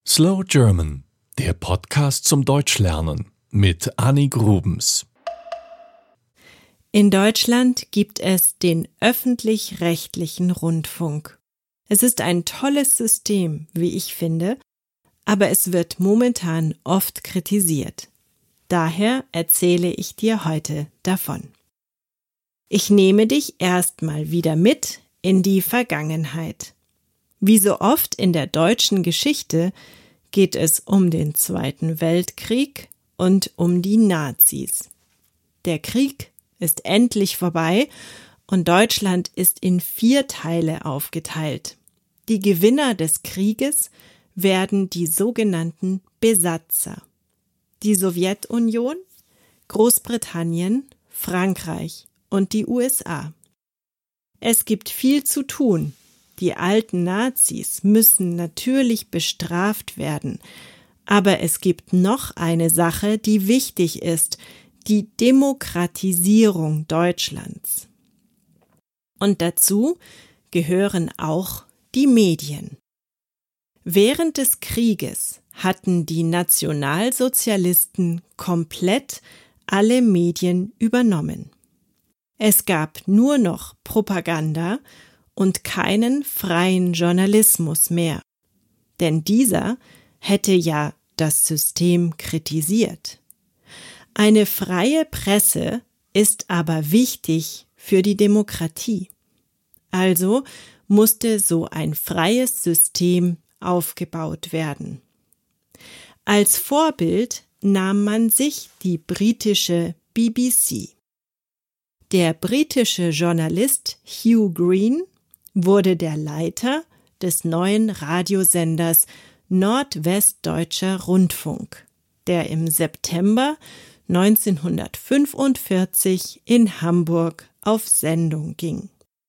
Slow German, der Podcast zum Deutschlernen mit Anni Grubens. In Deutschland gibt es den öffentlich-rechtlichen Rundfunk. Es ist ein tolles System, wie ich finde, aber es wird momentan oft kritisiert. Daher erzähle ich dir heute davon. Ich nehme dich erstmal wieder mit in die Vergangenheit. Wie so oft in der deutschen Geschichte geht es um den Zweiten Weltkrieg und um die Nazis. Der Krieg ist endlich vorbei und Deutschland ist in 4 Teile aufgeteilt. Die Gewinner des Krieges werden die sogenannten Besatzer. Die Sowjetunion, Großbritannien, Frankreich und die USA. Es gibt viel zu tun. Die alten Nazis müssen natürlich bestraft werden. Aber es gibt noch eine Sache, die wichtig ist, die Demokratisierung Deutschlands. Und dazu gehören auch die Medien. Während des Krieges hatten die Nationalsozialisten komplett alle Medien übernommen. Es gab nur noch Propaganda und keinen freien Journalismus mehr. Denn dieser hätte ja das System kritisiert. Eine freie Presse ist aber wichtig für die Demokratie. Also musste so ein freies System aufgebaut werden. Als Vorbild nahm man sich die britische BBC. Der britische Journalist Hugh Green wurde der Leiter des neuen Radiosenders Nordwestdeutscher Rundfunk, der im September 1945 in Hamburg auf Sendung ging.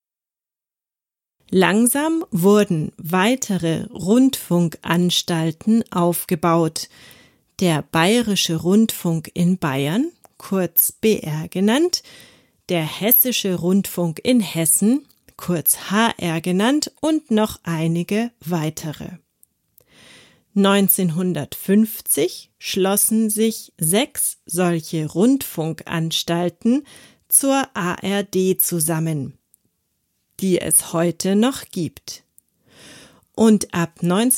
Langsam wurden weitere Rundfunkanstalten aufgebaut. Der Bayerische Rundfunk in Bayern, kurz BR genannt, der Hessische Rundfunk in Hessen, kurz HR genannt, und noch einige weitere. 1950 schlossen sich 6 solche Rundfunkanstalten zur ARD zusammen, die es heute noch gibt. Und ab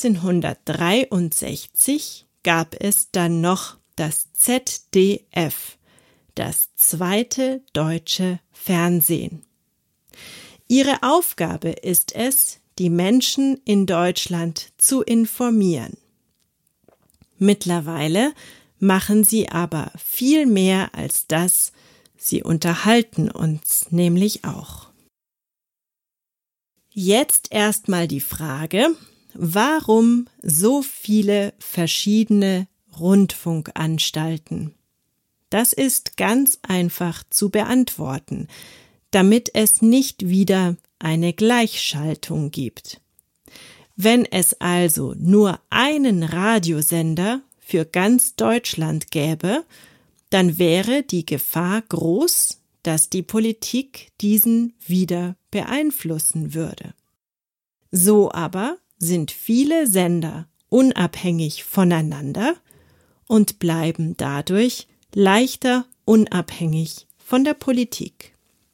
1963 gab es dann noch das ZDF, das zweite deutsche Fernsehen. Ihre Aufgabe ist es, die Menschen in Deutschland zu informieren. Mittlerweile machen sie aber viel mehr als das, sie unterhalten uns nämlich auch. Jetzt erstmal die Frage, warum so viele verschiedene Rundfunkanstalten? Das ist ganz einfach zu beantworten, damit es nicht wieder eine Gleichschaltung gibt. Wenn es also nur einen Radiosender für ganz Deutschland gäbe, dann wäre die Gefahr groß, dass die Politik diesen wieder beeinflussen würde. So aber sind viele Sender unabhängig voneinander und bleiben dadurch leichter unabhängig von der Politik.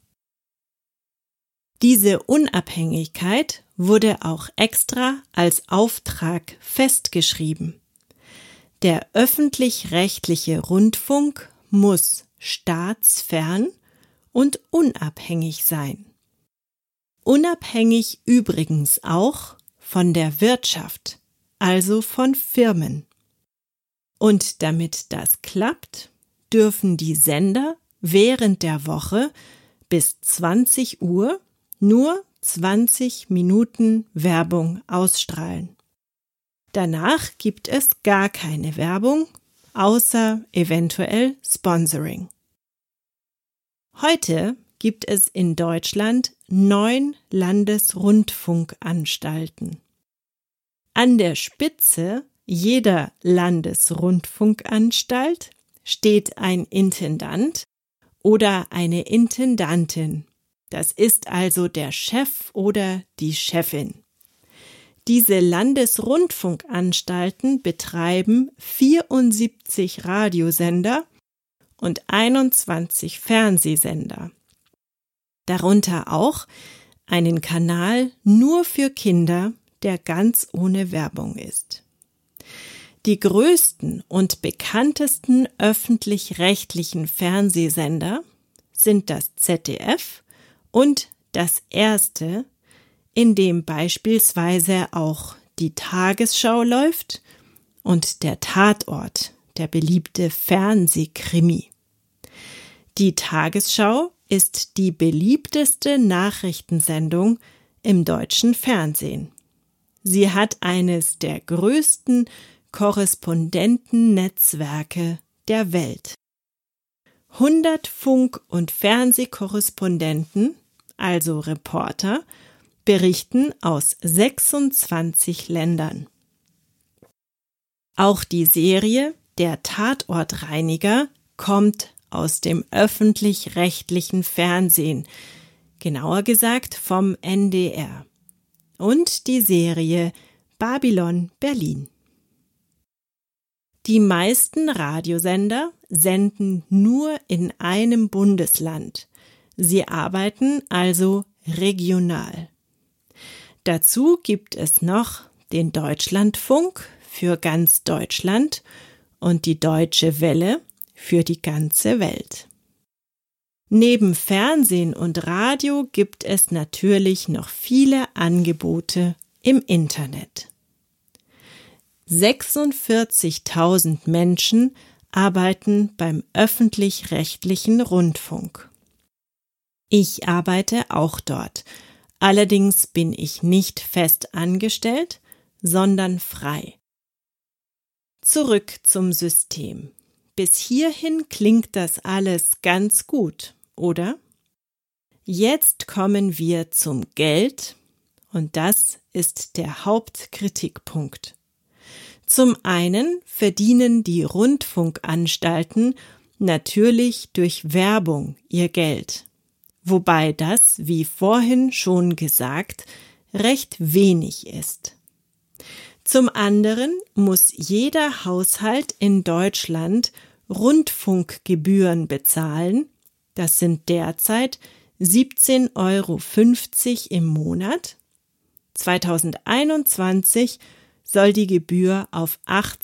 Diese Unabhängigkeit wurde auch extra als Auftrag festgeschrieben. Der öffentlich-rechtliche Rundfunk muss staatsfern und unabhängig sein. Unabhängig übrigens auch von der Wirtschaft, also von Firmen. Und damit das klappt, dürfen die Sender während der Woche bis 20 Uhr nur 20 Minuten Werbung ausstrahlen. Danach gibt es gar keine Werbung, außer eventuell Sponsoring. Heute gibt es in Deutschland 9 Landesrundfunkanstalten. An der Spitze jeder Landesrundfunkanstalt steht ein Intendant oder eine Intendantin. Das ist also der Chef oder die Chefin. Diese Landesrundfunkanstalten betreiben 74 Radiosender und 21 Fernsehsender. Darunter auch einen Kanal nur für Kinder, der ganz ohne Werbung ist. Die größten und bekanntesten öffentlich-rechtlichen Fernsehsender sind das ZDF und das Erste, in dem beispielsweise auch die Tagesschau läuft und der Tatort, der beliebte Fernsehkrimi. Die Tagesschau ist die beliebteste Nachrichtensendung im deutschen Fernsehen. Sie hat eines der größten Korrespondentennetzwerke der Welt. 100 Funk- und Fernsehkorrespondenten, also Reporter, berichten aus 26 Ländern. Auch die Serie Der Tatortreiniger kommt aus dem öffentlich-rechtlichen Fernsehen, genauer gesagt vom NDR. Und die Serie Babylon Berlin. Die meisten Radiosender senden nur in einem Bundesland. Sie arbeiten also regional. Dazu gibt es noch den Deutschlandfunk für ganz Deutschland und die Deutsche Welle für die ganze Welt. Neben Fernsehen und Radio gibt es natürlich noch viele Angebote im Internet. 46.000 Menschen arbeiten beim öffentlich-rechtlichen Rundfunk. Ich arbeite auch dort. Allerdings bin ich nicht fest angestellt, sondern frei. Zurück zum System. Bis hierhin klingt das alles ganz gut, oder? Jetzt kommen wir zum Geld, und das ist der Hauptkritikpunkt. Zum einen verdienen die Rundfunkanstalten natürlich durch Werbung ihr Geld, wobei das, wie vorhin schon gesagt, recht wenig ist. Zum anderen muss jeder Haushalt in Deutschland Rundfunkgebühren bezahlen, das sind derzeit 17,50 € im Monat. 2021 soll die Gebühr auf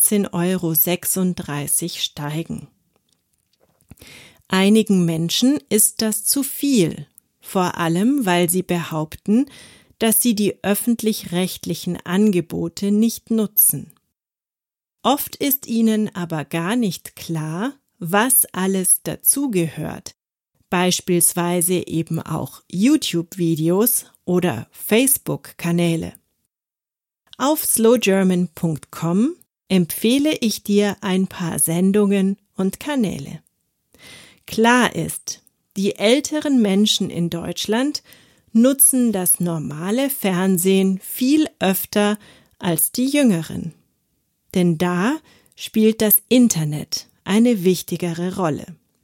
18,36 € steigen. Einigen Menschen ist das zu viel, vor allem weil sie behaupten, dass sie die öffentlich-rechtlichen Angebote nicht nutzen. Oft ist ihnen aber gar nicht klar, was alles dazugehört, beispielsweise eben auch YouTube-Videos oder Facebook-Kanäle. Auf slowgerman.com empfehle ich dir ein paar Sendungen und Kanäle. Klar ist, die älteren Menschen in Deutschland nutzen das normale Fernsehen viel öfter als die Jüngeren. Denn da spielt das Internet eine wichtigere Rolle.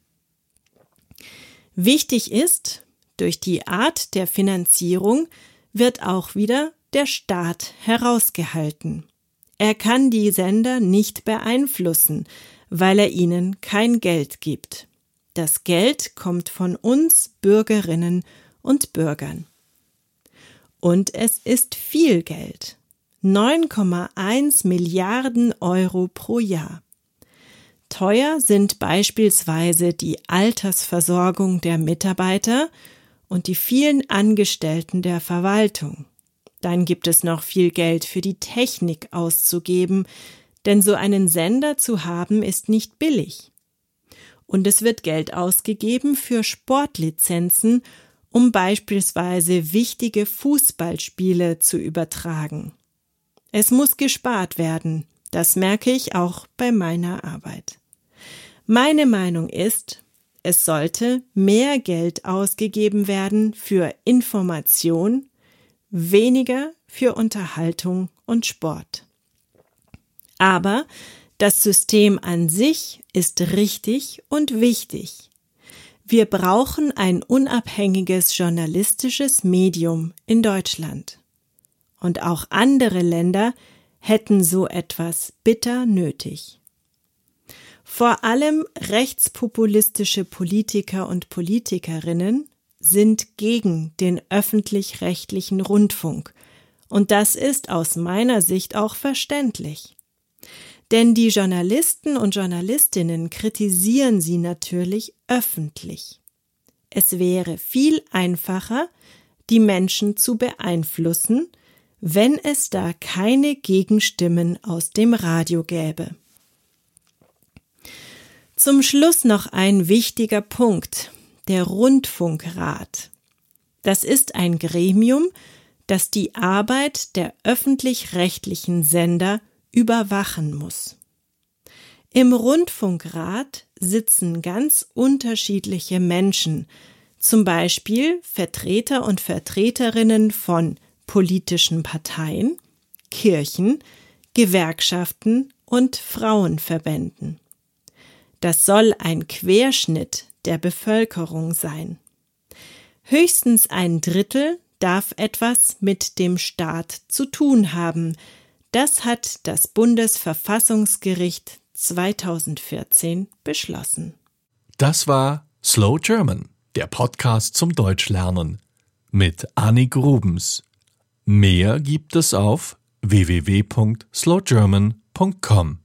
Wichtig ist, durch die Art der Finanzierung wird auch wieder der Staat herausgehalten. Er kann die Sender nicht beeinflussen, weil er ihnen kein Geld gibt. Das Geld kommt von uns Bürgerinnen und Bürgern. Und es ist viel Geld. 9,1 Milliarden € pro Jahr. Teuer sind beispielsweise die Altersversorgung der Mitarbeiter und die vielen Angestellten der Verwaltung. Dann gibt es noch viel Geld für die Technik auszugeben, denn so einen Sender zu haben ist nicht billig. Und es wird Geld ausgegeben für Sportlizenzen, um beispielsweise wichtige Fußballspiele zu übertragen. Es muss gespart werden, das merke ich auch bei meiner Arbeit. Meine Meinung ist, es sollte mehr Geld ausgegeben werden für Information, weniger für Unterhaltung und Sport. Aber das System an sich ist richtig und wichtig. Wir brauchen ein unabhängiges journalistisches Medium in Deutschland. und auch andere Länder hätten so etwas bitter nötig. Vor allem rechtspopulistische Politiker und Politikerinnen sind gegen den öffentlich-rechtlichen Rundfunk, und das ist aus meiner Sicht auch verständlich. Denn die Journalisten und Journalistinnen kritisieren sie natürlich öffentlich. Es wäre viel einfacher, die Menschen zu beeinflussen, wenn es da keine Gegenstimmen aus dem Radio gäbe. Zum Schluss noch ein wichtiger Punkt: der Rundfunkrat. Das ist ein Gremium, das die Arbeit der öffentlich-rechtlichen Sender überwachen muss. Im Rundfunkrat sitzen ganz unterschiedliche Menschen, zum Beispiel Vertreter und Vertreterinnen von politischen Parteien, Kirchen, Gewerkschaften und Frauenverbänden. Das soll ein Querschnitt der Bevölkerung sein. Höchstens 1/3 darf etwas mit dem Staat zu tun haben. Das hat das Bundesverfassungsgericht 2014 beschlossen. Das war Slow German, der Podcast zum Deutschlernen mit Anni Grubens. Mehr gibt es auf www.slowgerman.com.